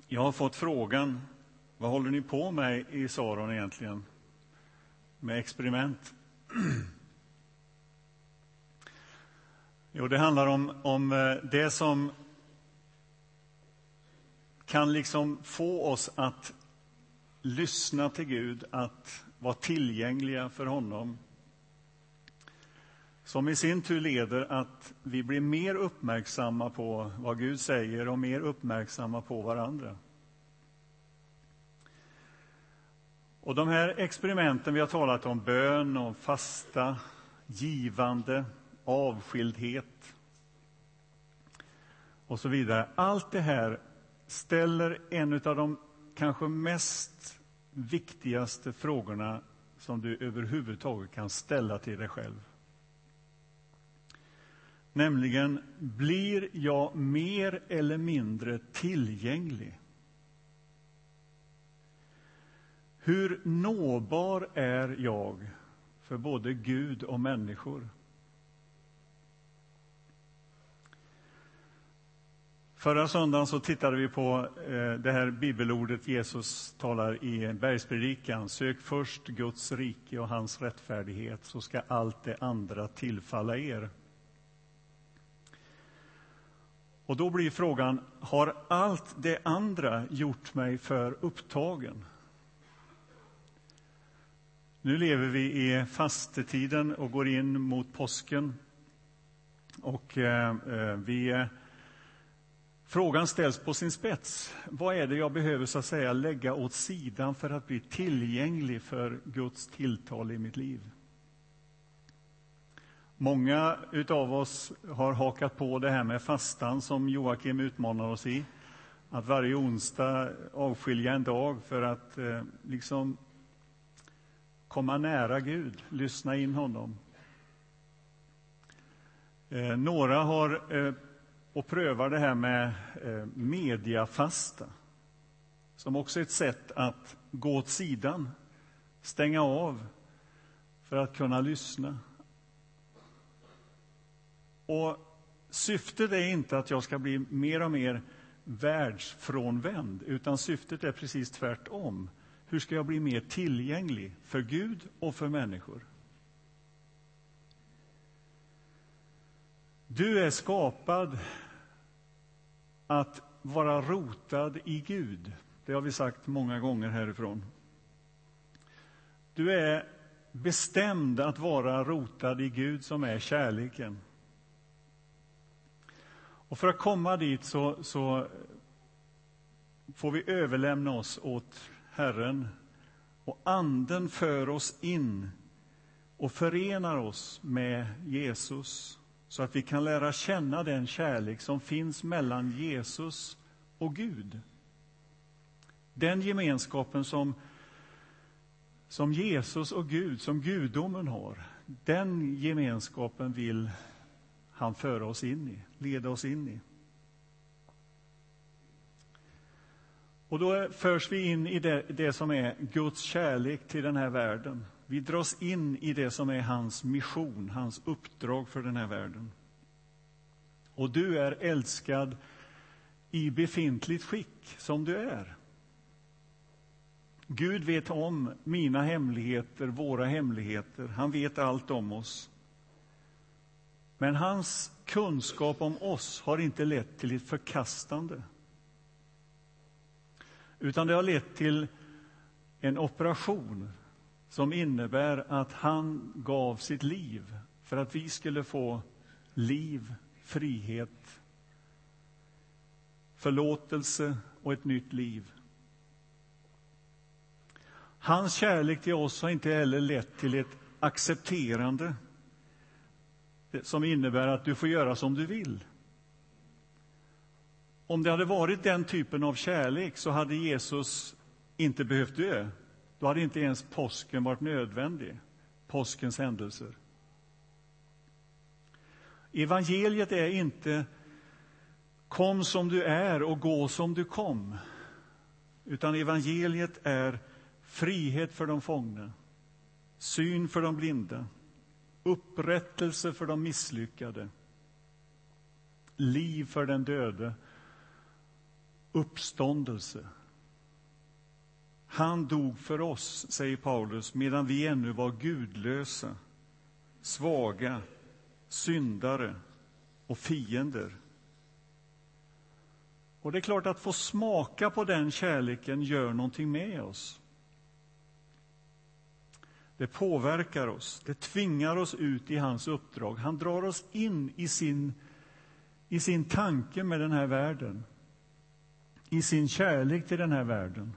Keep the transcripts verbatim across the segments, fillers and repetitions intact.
Jag har fått frågan, vad håller ni på med i Saron egentligen? Med experiment. Jo, det handlar om, om det som kan liksom få oss att lyssna till Gud, att vara tillgängliga för honom. Som i sin tur leder att vi blir mer uppmärksamma på vad Gud säger och mer uppmärksamma på varandra. Och de här experimenten vi har talat om, bön och fasta, givande, avskildhet och så vidare. Allt det här ställer en av de kanske mest viktigaste frågorna som du överhuvudtaget kan ställa till dig själv. Nämligen, blir jag mer eller mindre tillgänglig? Hur nåbar är jag för både Gud och människor? Förra söndagen så tittade vi på eh, det här bibelordet Jesus talar i bergspredikan. Sök först Guds rike och hans rättfärdighet, så ska allt det andra tillfalla er. Och då blir frågan, har allt det andra gjort mig för upptagen? Nu lever vi i fastetiden och går in mot påsken. Och eh, vi, eh, frågan ställs på sin spets. Vad är det jag behöver så att säga lägga åt sidan för att bli tillgänglig för Guds tilltal i mitt liv? Många utav oss har hakat på det här med fastan som Joakim utmanar oss i. Att varje onsdag avskilja en dag för att eh, liksom komma nära Gud, lyssna in honom. Eh, några har eh, och prövar det här med eh, mediafasta. Som också är ett sätt att gå åt sidan, stänga av för att kunna lyssna. Och syftet är inte att jag ska bli mer och mer världsfrånvänd, utan syftet är precis tvärtom. Hur ska jag bli mer tillgänglig för Gud och för människor? Du är skapad att vara rotad i Gud. Det har vi sagt många gånger härifrån. Du är bestämd att vara rotad i Gud som är kärleken. Och för att komma dit så, så får vi överlämna oss åt Herren, och anden för oss in och förenar oss med Jesus så att vi kan lära känna den kärlek som finns mellan Jesus och Gud. Den gemenskapen som, som Jesus och Gud, som gudomen har, den gemenskapen vill han föra oss in i, leda oss in i. Och då förs vi in i det, det som är Guds kärlek till den här världen. Vi dras in i det som är hans mission, hans uppdrag för den här världen. Och du är älskad i befintligt skick som du är. Gud vet om mina hemligheter, våra hemligheter. Han vet allt om oss. Men hans kunskap om oss har inte lett till ett förkastande. Utan det har lett till en operation som innebär att han gav sitt liv för att vi skulle få liv, frihet, förlåtelse och ett nytt liv. Hans kärlek till oss har inte heller lett till ett accepterande som innebär att du får göra som du vill. Om det hade varit den typen av kärlek så hade Jesus inte behövt dö. Då hade inte ens påsken varit nödvändig, påskens händelser. Evangeliet är inte kom som du är och gå som du kom. Utan evangeliet är frihet för de fångna, syn för de blinda, upprättelse för de misslyckade, liv för den döde, uppståndelse. Han dog för oss, säger Paulus, medan vi ännu var gudlösa, svaga, syndare och fiender. Och det är klart att få smaka på den kärleken gör någonting med oss. Det påverkar oss, det tvingar oss ut i hans uppdrag. Han drar oss in i sin, i sin tanke med den här världen, i sin kärlek till den här världen.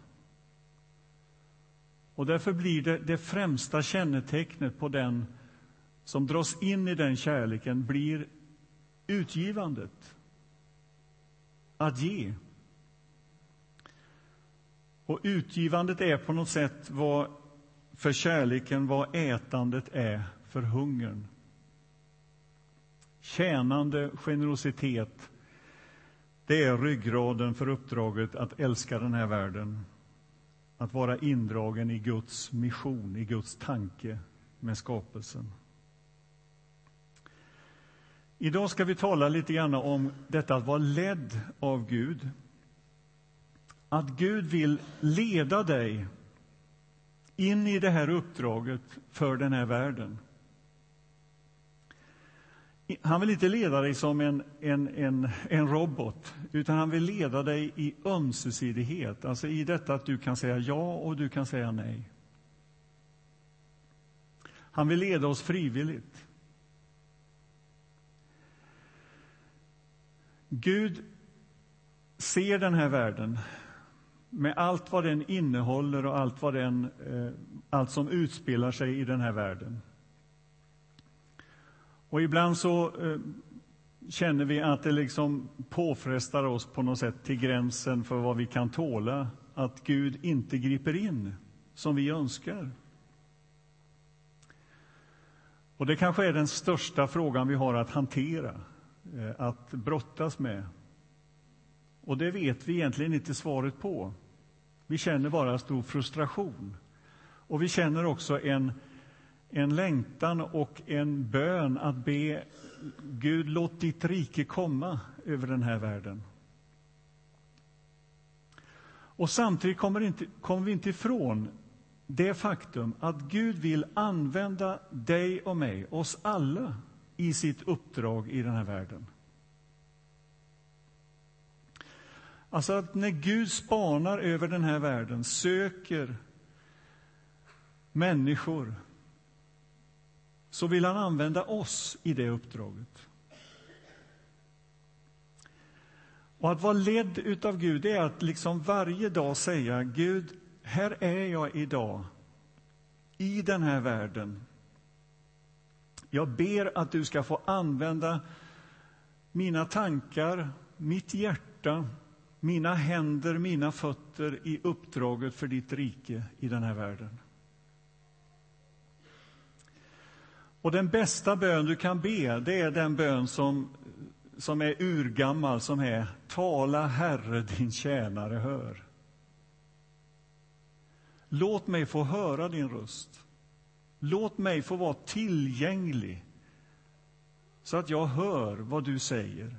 Och därför blir det det främsta kännetecknet på den som dras in i den kärleken blir utgivandet, att ge. Och utgivandet är på något sätt vad för kärleken vad ätandet är för hungern. Tjänande generositet, det är ryggraden för uppdraget att älska den här världen. Att vara indragen i Guds mission, i Guds tanke med skapelsen. Idag ska vi tala lite grann om detta att vara ledd av Gud. Att Gud vill leda dig in i det här uppdraget för den här världen. Han vill inte leda dig som en, en, en, en robot, utan han vill leda dig i ömsesidighet. Alltså i detta att du kan säga ja och du kan säga nej. Han vill leda oss frivilligt. Gud ser den här världen med allt vad den innehåller och allt, vad den, eh, allt som utspelar sig i den här världen. Och ibland så eh, känner vi att det liksom påfrestar oss på något sätt till gränsen för vad vi kan tåla, att Gud inte griper in som vi önskar. Och det kanske är den största frågan vi har att hantera, eh, att brottas med. Och det vet vi egentligen inte svaret på. Vi känner bara stor frustration. Och vi känner också en, en längtan och en bön att be Gud, låt ditt rike komma över den här världen. Och samtidigt kommer, inte, kommer vi inte ifrån det faktum att Gud vill använda dig och mig, oss alla, i sitt uppdrag i den här världen. Alltså att när Gud spanar över den här världen, söker människor, så vill han använda oss i det uppdraget. Och att vara ledd utav Gud, det är att liksom varje dag säga, Gud, här är jag idag i den här världen. Jag ber att du ska få använda mina tankar, mitt hjärta, mina händer, mina fötter i uppdraget för ditt rike i den här världen. Och den bästa bön du kan be, det är den bön som, som är urgammal, som är: tala, Herre, din tjänare hör. Låt mig få höra din röst. Låt mig få vara tillgänglig så att jag hör vad du säger.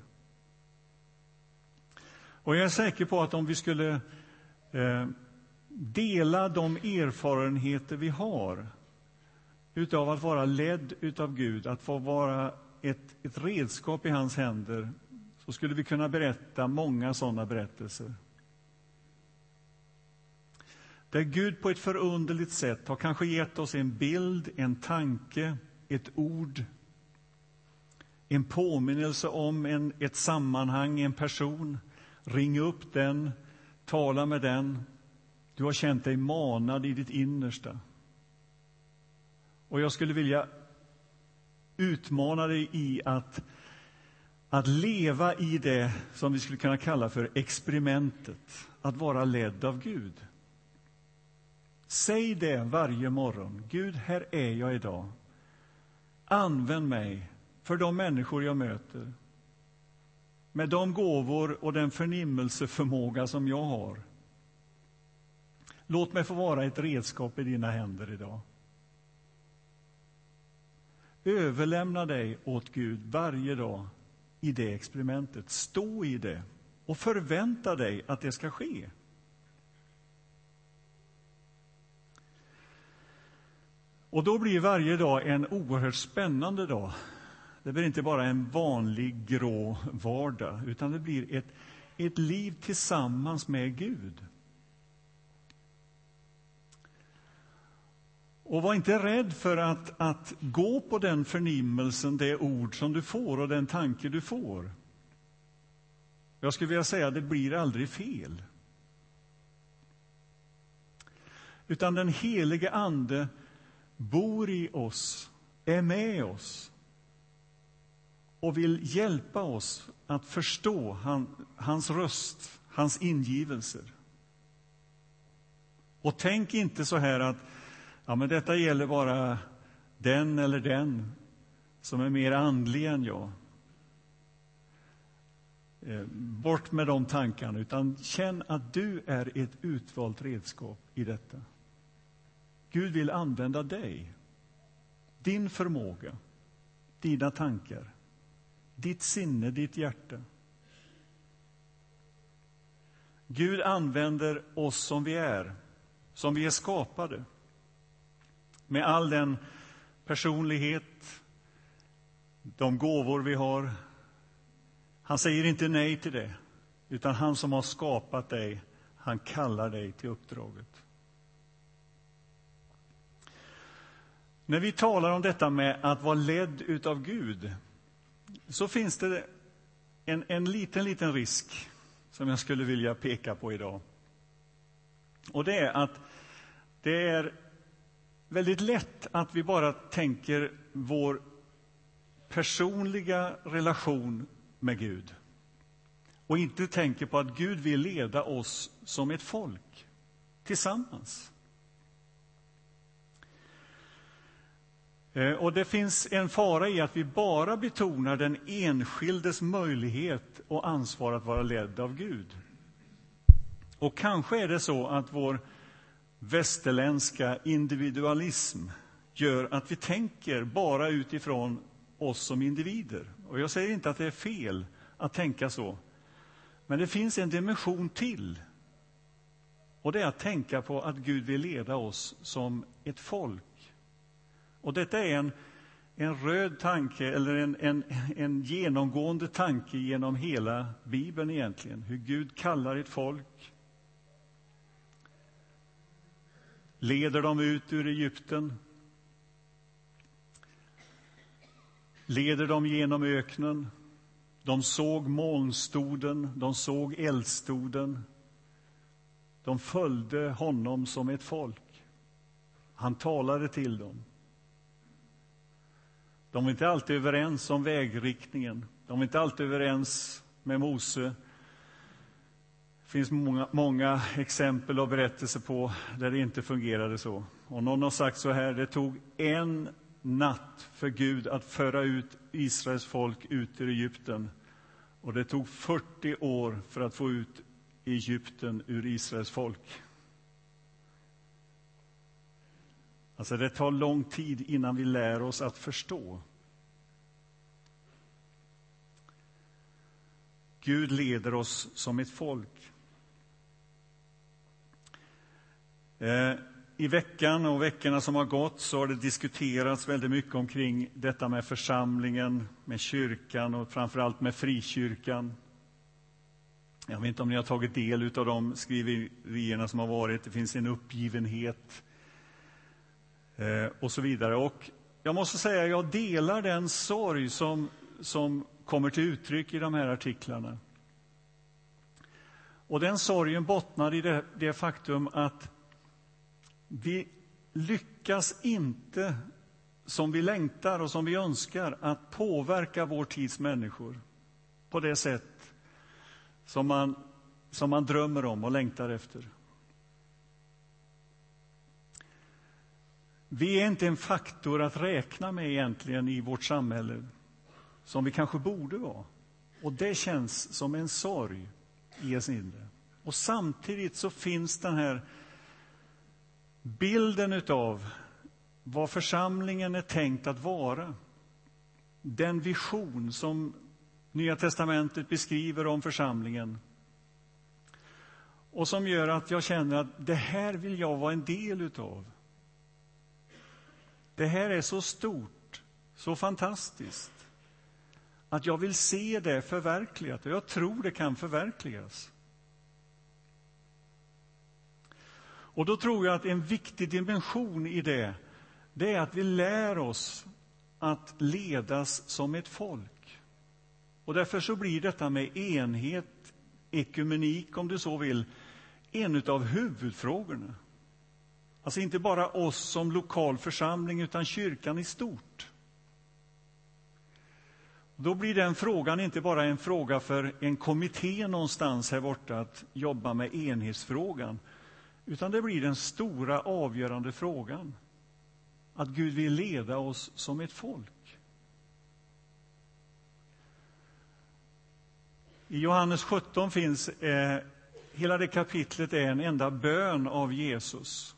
Och jag är säker på att om vi skulle eh, dela de erfarenheter vi har utav att vara ledd utav Gud, att få vara ett, ett redskap i hans händer, så skulle vi kunna berätta många sådana berättelser. Där Gud på ett förunderligt sätt har kanske gett oss en bild, en tanke, ett ord, en påminnelse om en, ett sammanhang, en person. Ring upp den, tala med den. Du har känt dig manad i ditt innersta. Och jag skulle vilja utmana dig i att, att leva i det som vi skulle kunna kalla för experimentet. Att vara ledd av Gud. Säg det varje morgon. Gud, här är jag idag. Använd mig för de människor jag möter. Med de gåvor och den förnimmelseförmåga som jag har. Låt mig få vara ett redskap i dina händer idag. Överlämna dig åt Gud varje dag i det experimentet. Stå i det och förvänta dig att det ska ske. Och då blir varje dag en oerhört spännande dag. Det blir inte bara en vanlig grå vardag, utan det blir ett, ett liv tillsammans med Gud. Och var inte rädd för att, att gå på den förnimmelsen, det ord som du får och den tanke du får. Jag skulle vilja säga att det blir aldrig fel. Utan den helige ande bor i oss, är med oss och vill hjälpa oss att förstå han, hans röst, hans ingivelser. Och tänk inte så här att ja, men detta gäller bara den eller den som är mer andlig än jag. Bort med de tankarna, utan känn att du är ett utvalt redskap i detta. Gud vill använda dig, din förmåga, dina tankar, ditt sinne, ditt hjärta. Gud använder oss som vi är, som vi är skapade. Med all den personlighet, de gåvor vi har. Han säger inte nej till det, utan han som har skapat dig, han kallar dig till uppdraget. När vi talar om detta med att vara ledd utav Gud, så finns det en, en liten, liten risk som jag skulle vilja peka på idag. Och det är att det är väldigt lätt att vi bara tänker vår personliga relation med Gud och inte tänker på att Gud vill leda oss som ett folk tillsammans. Och det finns en fara i att vi bara betonar den enskildes möjlighet och ansvar att vara ledd av Gud. Och kanske är det så att vår västerländska individualism gör att vi tänker bara utifrån oss som individer. Och jag säger inte att det är fel att tänka så. Men det finns en dimension till. Och det är att tänka på att Gud vill leda oss som ett folk. Och detta är en, en röd tanke, eller en, en, en genomgående tanke genom hela Bibeln egentligen. Hur Gud kallar ett folk. Leder dem ut ur Egypten. Leder dem genom öknen. De såg molnstoden, de såg eldstoden. De följde honom som ett folk. Han talade till dem. De var inte alltid överens om vägriktningen. De var inte alltid överens med Mose. Det finns många, många exempel och berättelser på där det inte fungerade så. Och någon har sagt så här: det tog en natt för Gud att föra ut Israels folk ut ur Egypten. Och det tog fyrtio år för att få ut Egypten ur Israels folk. Alltså det tar lång tid innan vi lär oss att förstå. Gud leder oss som ett folk. Eh, I veckan och veckorna som har gått så har det diskuterats väldigt mycket omkring detta med församlingen, med kyrkan och framförallt med frikyrkan. Jag vet inte om ni har tagit del av de skriverierna som har varit. Det finns en uppgivenhet eh, och så vidare. Och jag måste säga, jag delar den sorg som, som kommer till uttryck i de här artiklarna. Och den sorgen bottnar i det, det faktum att vi lyckas inte, som vi längtar och som vi önskar, att påverka vår tids människor på det sätt som man, som man drömmer om och längtar efter. Vi är inte en faktor att räkna med egentligen i vårt samhälle, som vi kanske borde vara. Och det känns som en sorg i ens inre. Och samtidigt så finns den här bilden utav vad församlingen är tänkt att vara. Den vision som Nya testamentet beskriver om församlingen. och som gör att jag känner att det här vill jag vara en del utav. Det här är så stort, så fantastiskt, att jag vill se det förverkligat, och jag tror det kan förverkligas. Och då tror jag att en viktig dimension i det, det är att vi lär oss att ledas som ett folk. Och därför så blir detta med enhet, ekumenik om du så vill, en av huvudfrågorna. Alltså inte bara oss som lokal församling utan kyrkan i stort. Då blir den frågan inte bara en fråga för en kommitté någonstans här borta att jobba med enhetsfrågan, utan det blir den stora avgörande frågan. Att Gud vill leda oss som ett folk. I Johannes sjutton finns, eh, hela det kapitlet är en enda bön av Jesus.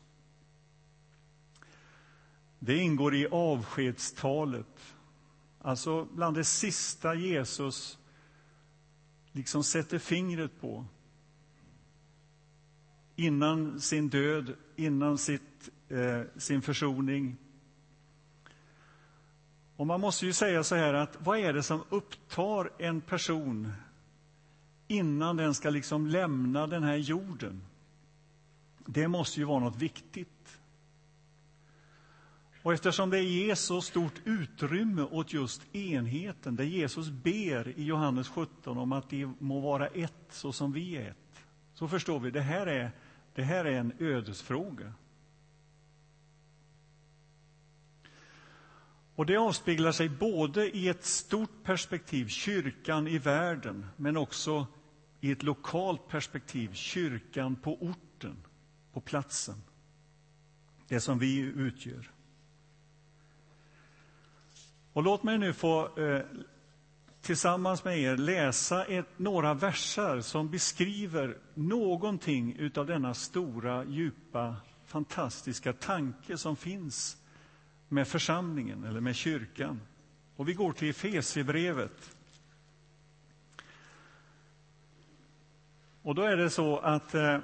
Det ingår i avskedstalet. Alltså bland det sista Jesus liksom sätter fingret på. Innan sin död, innan sitt, eh, sin försoning. Och man måste ju säga så här att vad är det som upptar en person innan den ska liksom lämna den här jorden? Det måste ju vara något viktigt. Och eftersom det ger så stort utrymme åt just enheten, där Jesus ber i Johannes sjutton om att det må vara ett så som vi är ett, så förstår vi, det här är, det här är en ödesfråga. Och det avspeglar sig både i ett stort perspektiv, kyrkan i världen, men också i ett lokalt perspektiv, kyrkan på orten, på platsen, det som vi utgör. Och låt mig nu få eh, tillsammans med er läsa ett, några versar som beskriver någonting utav denna stora, djupa, fantastiska tanke som finns med församlingen eller med kyrkan. Och vi går till Efesierbrevet. Och då är det så att eh,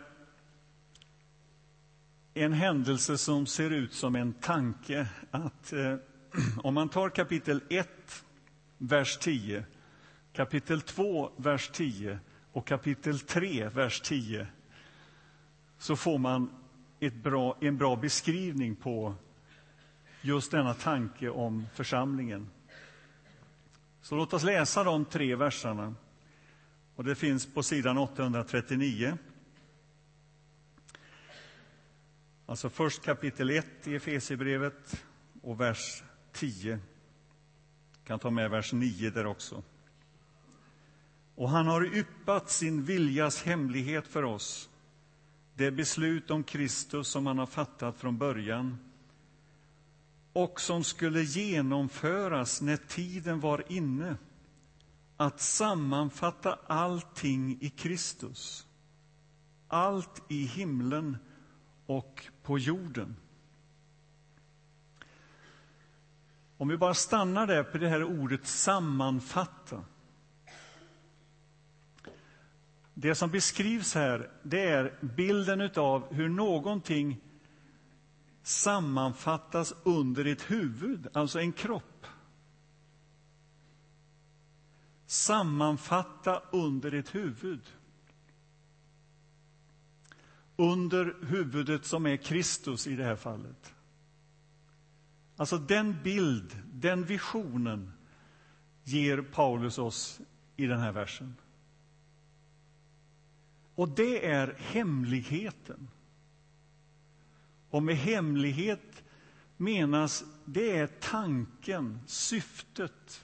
en händelse som ser ut som en tanke att eh, om man tar kapitel ett, vers tio, kapitel två, vers tio och kapitel tre, vers tio, så får man ett bra, en bra beskrivning på just denna tanke om församlingen. Så låt oss läsa de tre verserna. Och det finns på sidan åttahundratrettionio. Alltså först kapitel ett i Efesierbrevet och vers tio. Jag kan ta med vers nio där också. Och han har yppat sin viljas hemlighet för oss. Det beslut om Kristus som han har fattat från början och som skulle genomföras när tiden var inne, att sammanfatta allting i Kristus, allt i himlen och på jorden. Om vi bara stannar där på det här ordet sammanfatta. Det som beskrivs här, det är bilden av hur någonting sammanfattas under ett huvud, alltså en kropp. Sammanfatta under ett huvud. Under huvudet som är Kristus i det här fallet. Alltså den bild, den visionen ger Paulus oss i den här versen. Och det är hemligheten. Och med hemlighet menas, det är tanken, syftet.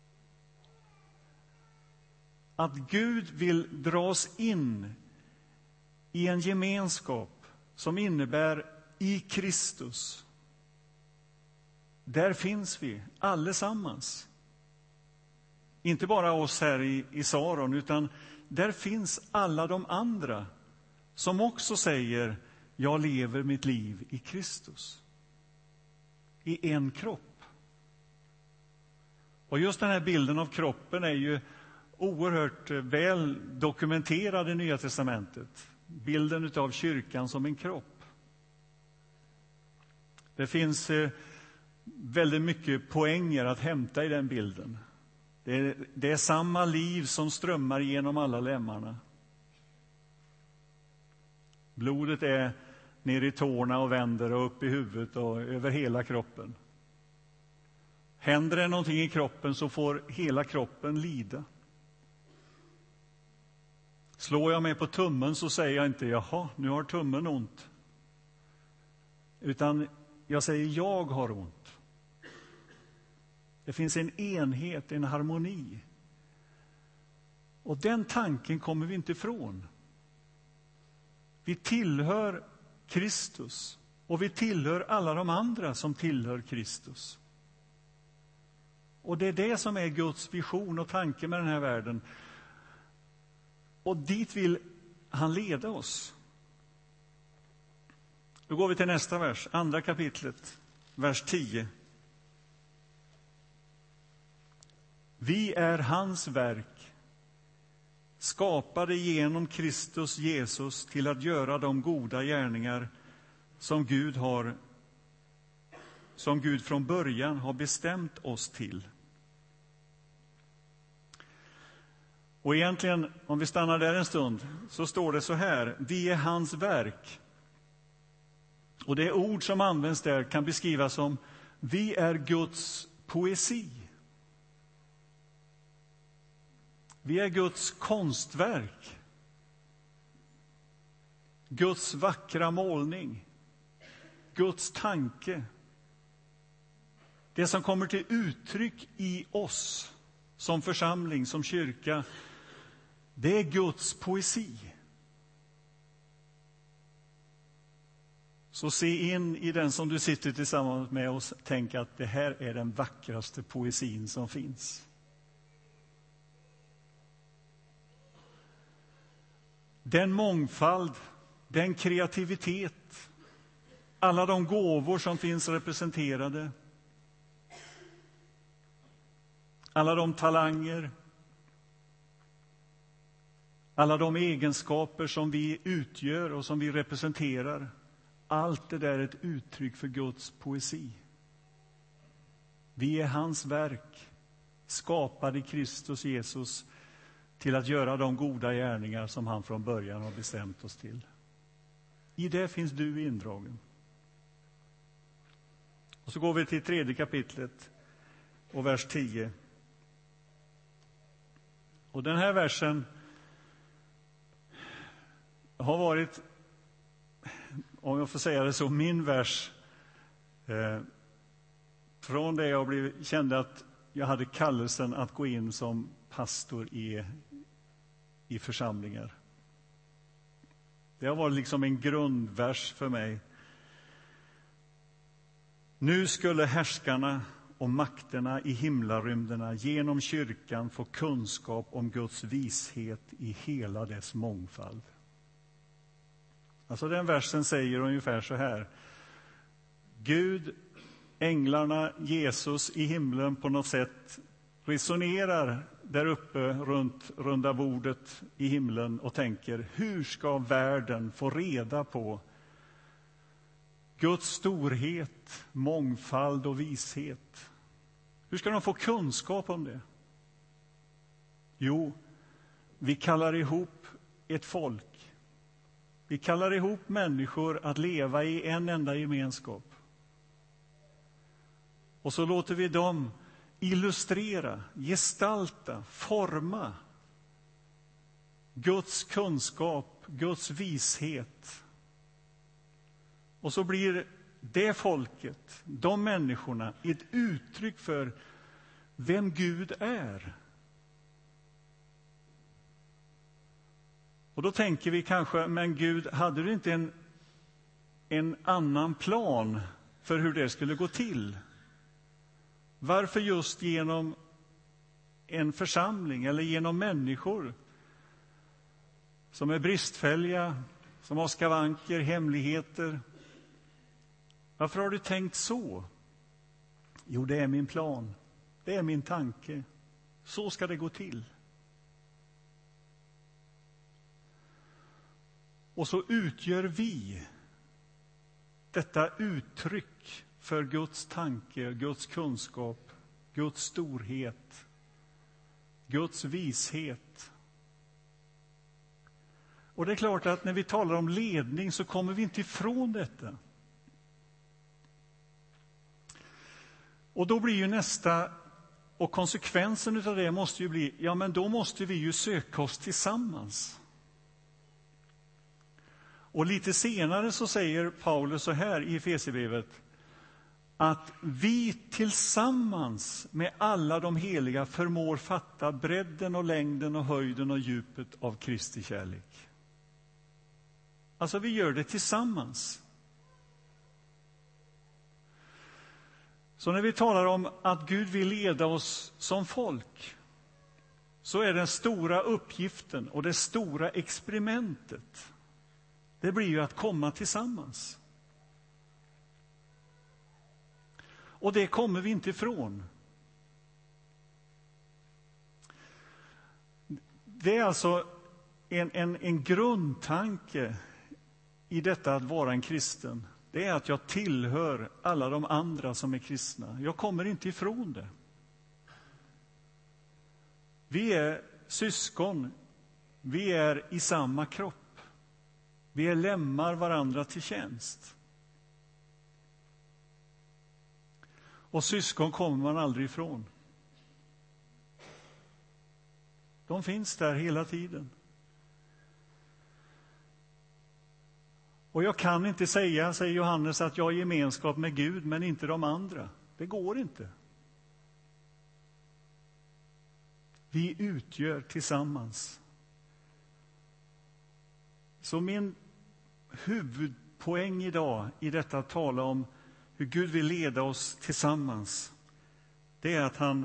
Att Gud vill dras in i en gemenskap som innebär i Kristus. Där finns vi allesammans. Inte bara oss här i, i Saron, utan där finns alla de andra som också säger: jag lever mitt liv i Kristus. I en kropp. Och just den här bilden av kroppen är ju oerhört väl dokumenterad i Nya testamentet. bilden av kyrkan som en kropp. Det finns eh, väldigt mycket poänger att hämta i den bilden. Det är, det är samma liv som strömmar genom alla lemmarna. Blodet är ner i tårna och vänder och upp i huvudet och över hela kroppen. Händer det någonting i kroppen så får hela kroppen lida. Slår jag mig på tummen så säger jag inte jaha, nu har tummen ont. Utan jag säger jag har ont. Det finns en enhet, en harmoni. Och den tanken kommer vi inte ifrån. Vi tillhör Kristus och vi tillhör alla de andra som tillhör Kristus. Och det är det som är Guds vision och tanke med den här världen. Och dit vill han leda oss. Då går vi till nästa vers, andra kapitlet, vers tio. Vi är hans verk, skapade genom Kristus Jesus till att göra de goda gärningar som Gud har, som Gud från början har bestämt oss till. Och egentligen, om vi stannar där en stund, så står det så här: vi är hans verk. Och det ord som används där kan beskrivas som vi är Guds poesi. Vi är Guds konstverk. Guds vackra målning. Guds tanke. Det som kommer till uttryck i oss som församling, som kyrka, det är Guds poesi. Så se in i den som du sitter tillsammans med och tänk att det här är den vackraste poesin som finns. Den mångfald, den kreativitet, alla de gåvor som finns representerade, alla de talanger, alla de egenskaper som vi utgör och som vi representerar, allt det där är ett uttryck för Guds poesi. Vi är hans verk, skapade i Kristus Jesus till att göra de goda gärningar som han från början har bestämt oss till. I det finns du indragen. Och så går vi till tredje kapitlet och vers tio. Och den här versen har varit, om jag får säga det så, min vers eh, från det jag blev, kände att jag hade kallelsen att gå in som pastor i, i församlingar. Det har varit liksom en grundvers för mig. Nu skulle härskarna och makterna i himlarymderna genom kyrkan få kunskap om Guds vishet i hela dess mångfald. Alltså den versen säger ungefär så här: Gud, änglarna, Jesus i himlen på något sätt resonerar där uppe runt runda bordet i himlen och tänker, hur ska världen få reda på Guds storhet, mångfald och vishet? Hur ska de få kunskap om det? Jo, vi kallar ihop ett folk. Vi kallar ihop människor att leva i en enda gemenskap. Och så låter vi dem illustrera, gestalta, forma Guds kunskap, Guds vishet. Och så blir det folket, de människorna, ett uttryck för vem Gud är. Och då tänker vi kanske, men Gud, hade du inte en, en annan plan för hur det skulle gå till? Varför just genom en församling eller genom människor som är bristfälliga, som har skavanker, hemligheter? Varför har du tänkt så? Jo, det är min plan. Det är min tanke. Så ska det gå till. Och så utgör vi detta uttryck för Guds tanke, Guds kunskap, Guds storhet, Guds vishet. Och det är klart att när vi talar om ledning så kommer vi inte ifrån detta. Och då blir ju nästa, och konsekvensen av det måste ju bli, ja men då måste vi ju söka oss tillsammans. Och lite senare så säger Paulus så här i Efesierbrevet, att vi tillsammans med alla de heliga förmår fatta bredden och längden och höjden och djupet av Kristi kärlek. Alltså vi gör det tillsammans. Så när vi talar om att Gud vill leda oss som folk, så är den stora uppgiften och det stora experimentet, det blir ju att komma tillsammans. Och det kommer vi inte ifrån. Det är alltså en, en, en grundtanke i detta att vara en kristen. Det är att jag tillhör alla de andra som är kristna. Jag kommer inte ifrån det. Vi är syskon. Vi är i samma kropp. Vi är lämmar varandra till tjänst. Och syskon kommer man aldrig ifrån. De finns där hela tiden. Och jag kan inte säga, säger Johannes, att jag har gemenskap med Gud men inte de andra. Det går inte. Vi utgör tillsammans. Så min huvudpoäng idag i detta att tala om hur Gud vill leda oss tillsammans, det är att han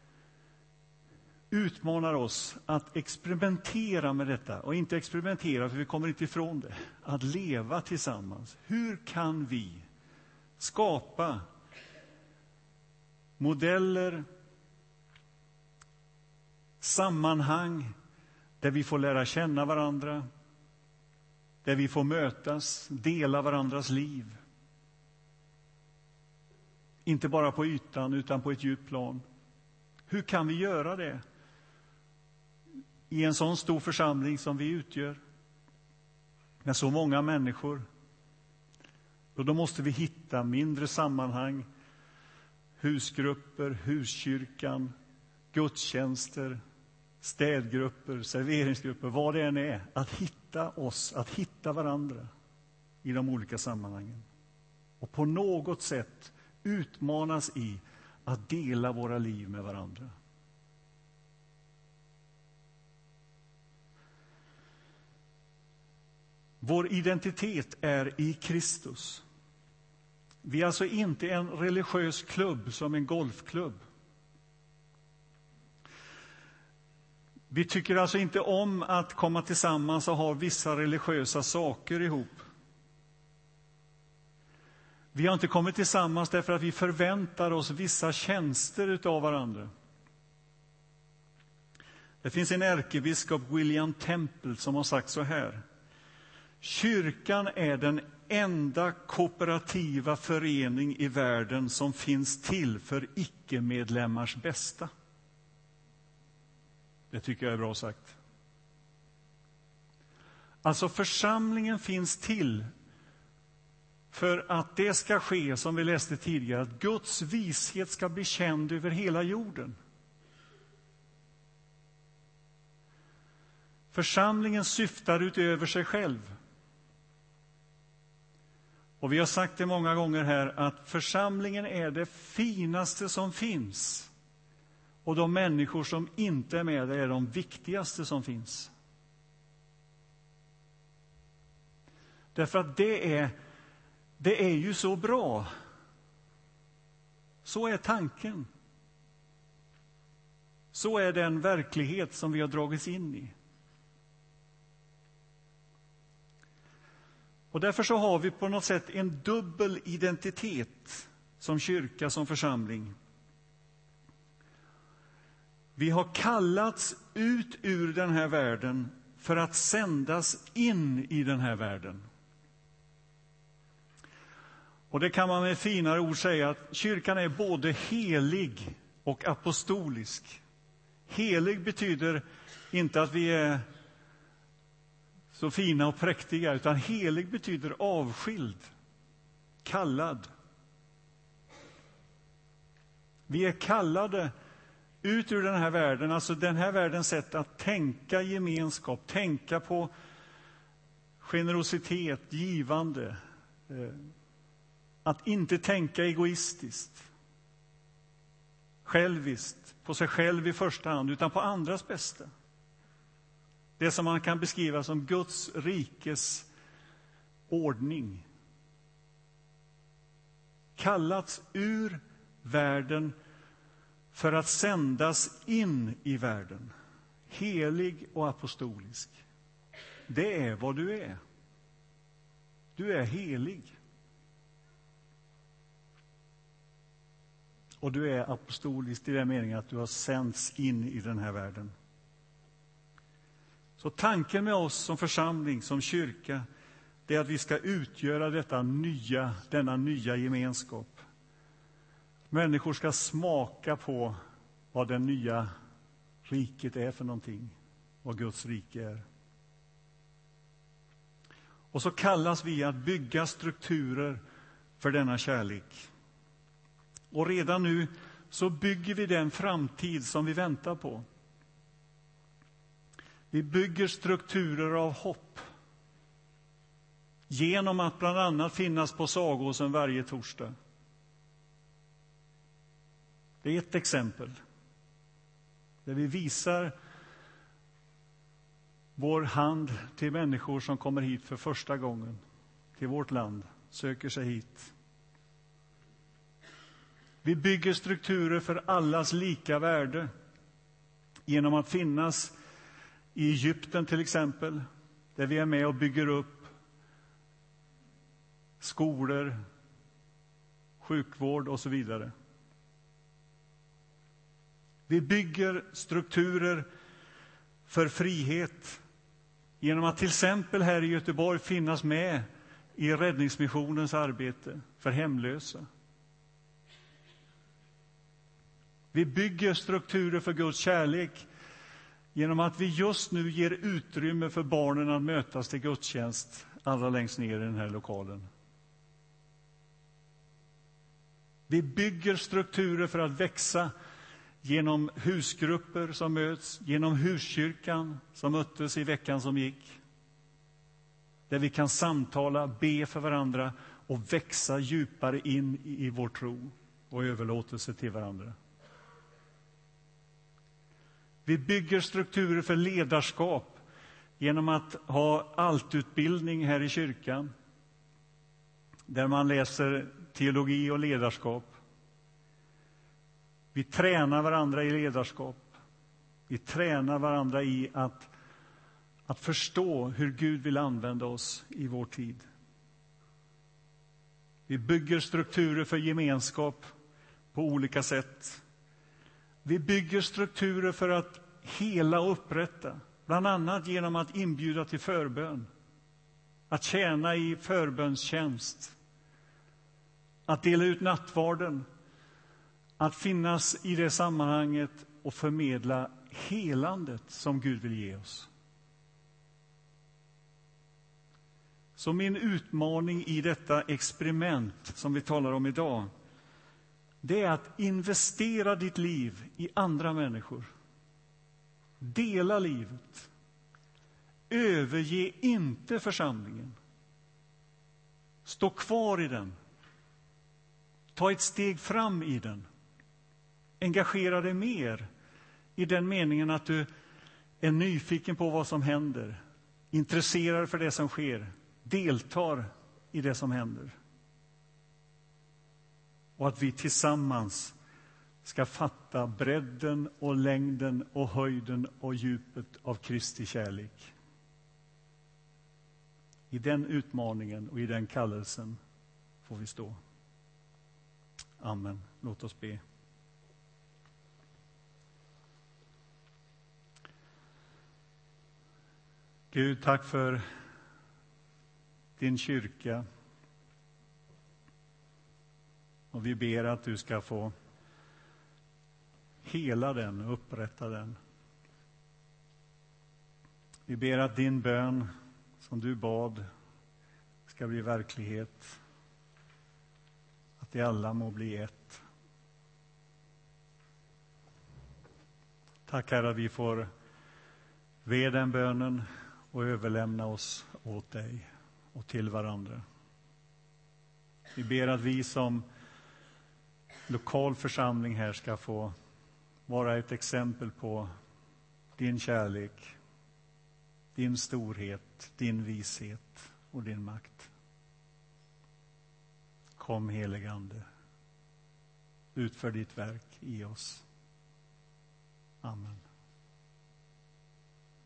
utmanar oss att experimentera med detta. Och inte experimentera, för vi kommer inte ifrån det. Att leva tillsammans. Hur kan vi skapa modeller, sammanhang där vi får lära känna varandra, där vi får mötas, dela varandras liv. Inte bara på ytan utan på ett djupt plan. Hur kan vi göra det i en sån stor församling som vi utgör, med så många människor? Och då måste vi hitta mindre sammanhang, husgrupper, huskyrkan, gudstjänster, städgrupper, serveringsgrupper, vad det än är. Att hitta oss, att hitta varandra i de olika sammanhangen. Och på något sätt utmanas i att dela våra liv med varandra. Vår identitet är i Kristus. Vi är alltså inte en religiös klubb som en golfklubb. Vi tycker alltså inte om att komma tillsammans och ha vissa religiösa saker ihop. Vi har inte kommit tillsammans därför att vi förväntar oss vissa tjänster av varandra. Det finns en ärkebiskop, William Temple, som har sagt så här: kyrkan är den enda kooperativa förening i världen som finns till för icke-medlemmars bästa. Det tycker jag är bra sagt. Alltså församlingen finns till för att det ska ske, som vi läste tidigare, att Guds vishet ska bli känd över hela jorden. Församlingen syftar utöver sig själv. Och vi har sagt det många gånger här att församlingen är det finaste som finns. Och de människor som inte är med är de viktigaste som finns. Därför att det är, det är ju så bra. Så är tanken. Så är den verklighet som vi har dragits in i. Och därför så har vi på något sätt en dubbel identitet som kyrka, som församling. Vi har kallats ut ur den här världen för att sändas in i den här världen. Och det kan man med finare ord säga att kyrkan är både helig och apostolisk. Helig betyder inte att vi är så fina och präktiga, utan helig betyder avskild, kallad. Vi är kallade ut ur den här världen, alltså den här världens sätt att tänka gemenskap, tänka på generositet, givande, att inte tänka egoistiskt, själviskt, på sig själv i första hand, utan på andras bästa. Det som man kan beskriva som Guds rikes ordning. Kallats ur världen för att sändas in i världen. Helig och apostolisk. Det är vad du är. Du är helig. Och du är apostolisk i den meningen att du har sänts in i den här världen. Så tanken med oss som församling, som kyrka, det är att vi ska utgöra detta nya, denna nya gemenskap. Människor ska smaka på vad det nya riket är för någonting, vad Guds rike är. Och så kallas vi att bygga strukturer för denna kärlek. Och redan nu så bygger vi den framtid som vi väntar på. Vi bygger strukturer av hopp genom att bland annat finnas på Sagåsen varje torsdag. Det är ett exempel där vi visar vår hand till människor som kommer hit för första gången till vårt land, söker sig hit. Vi bygger strukturer för allas lika värde genom att finnas i Egypten till exempel, där vi är med och bygger upp skolor, sjukvård och så vidare. Vi bygger strukturer för frihet genom att till exempel här i Göteborg finnas med i Räddningsmissionens arbete för hemlösa. Vi bygger strukturer för Guds kärlek genom att vi just nu ger utrymme för barnen att mötas till gudstjänst allra längst ner i den här lokalen. Vi bygger strukturer för att växa genom husgrupper som möts, genom huskyrkan som möttes i veckan som gick. Där vi kan samtala, be för varandra och växa djupare in i vår tro och överlåtelse till varandra. Vi bygger strukturer för ledarskap genom att ha altutbildning här i kyrkan. Där man läser teologi och ledarskap. Vi tränar varandra i ledarskap. Vi tränar varandra i att, att förstå hur Gud vill använda oss i vår tid. Vi bygger strukturer för gemenskap på olika sätt. Vi bygger strukturer för att hela och upprätta, bland annat genom att inbjuda till förbön, att tjäna i förbönstjänst, att dela ut nattvarden, att finnas i det sammanhanget och förmedla helandet som Gud vill ge oss. Så min utmaning i detta experiment som vi talar om idag, det är att investera ditt liv i andra människor. Dela livet. Överge inte församlingen. Stå kvar i den. Ta ett steg fram i den. Engagera dig mer i den meningen att du är nyfiken på vad som händer. Intresserad för det som sker. Deltar i det som händer. Och att vi tillsammans ska fatta bredden och längden och höjden och djupet av Kristi kärlek. I den utmaningen och i den kallelsen får vi stå. Amen. Låt oss be. Gud, tack för din kyrka. Och vi ber att du ska få hela den och upprätta den. Vi ber att din bön som du bad ska bli verklighet. Att de alla må bli ett. Tack Herre att vi får be den bönen och överlämna oss åt dig och till varandra. Vi ber att vi som lokal församling här ska få vara ett exempel på din kärlek, din storhet, din vishet och din makt. Kom helige Ande, utför ditt verk i oss. Amen.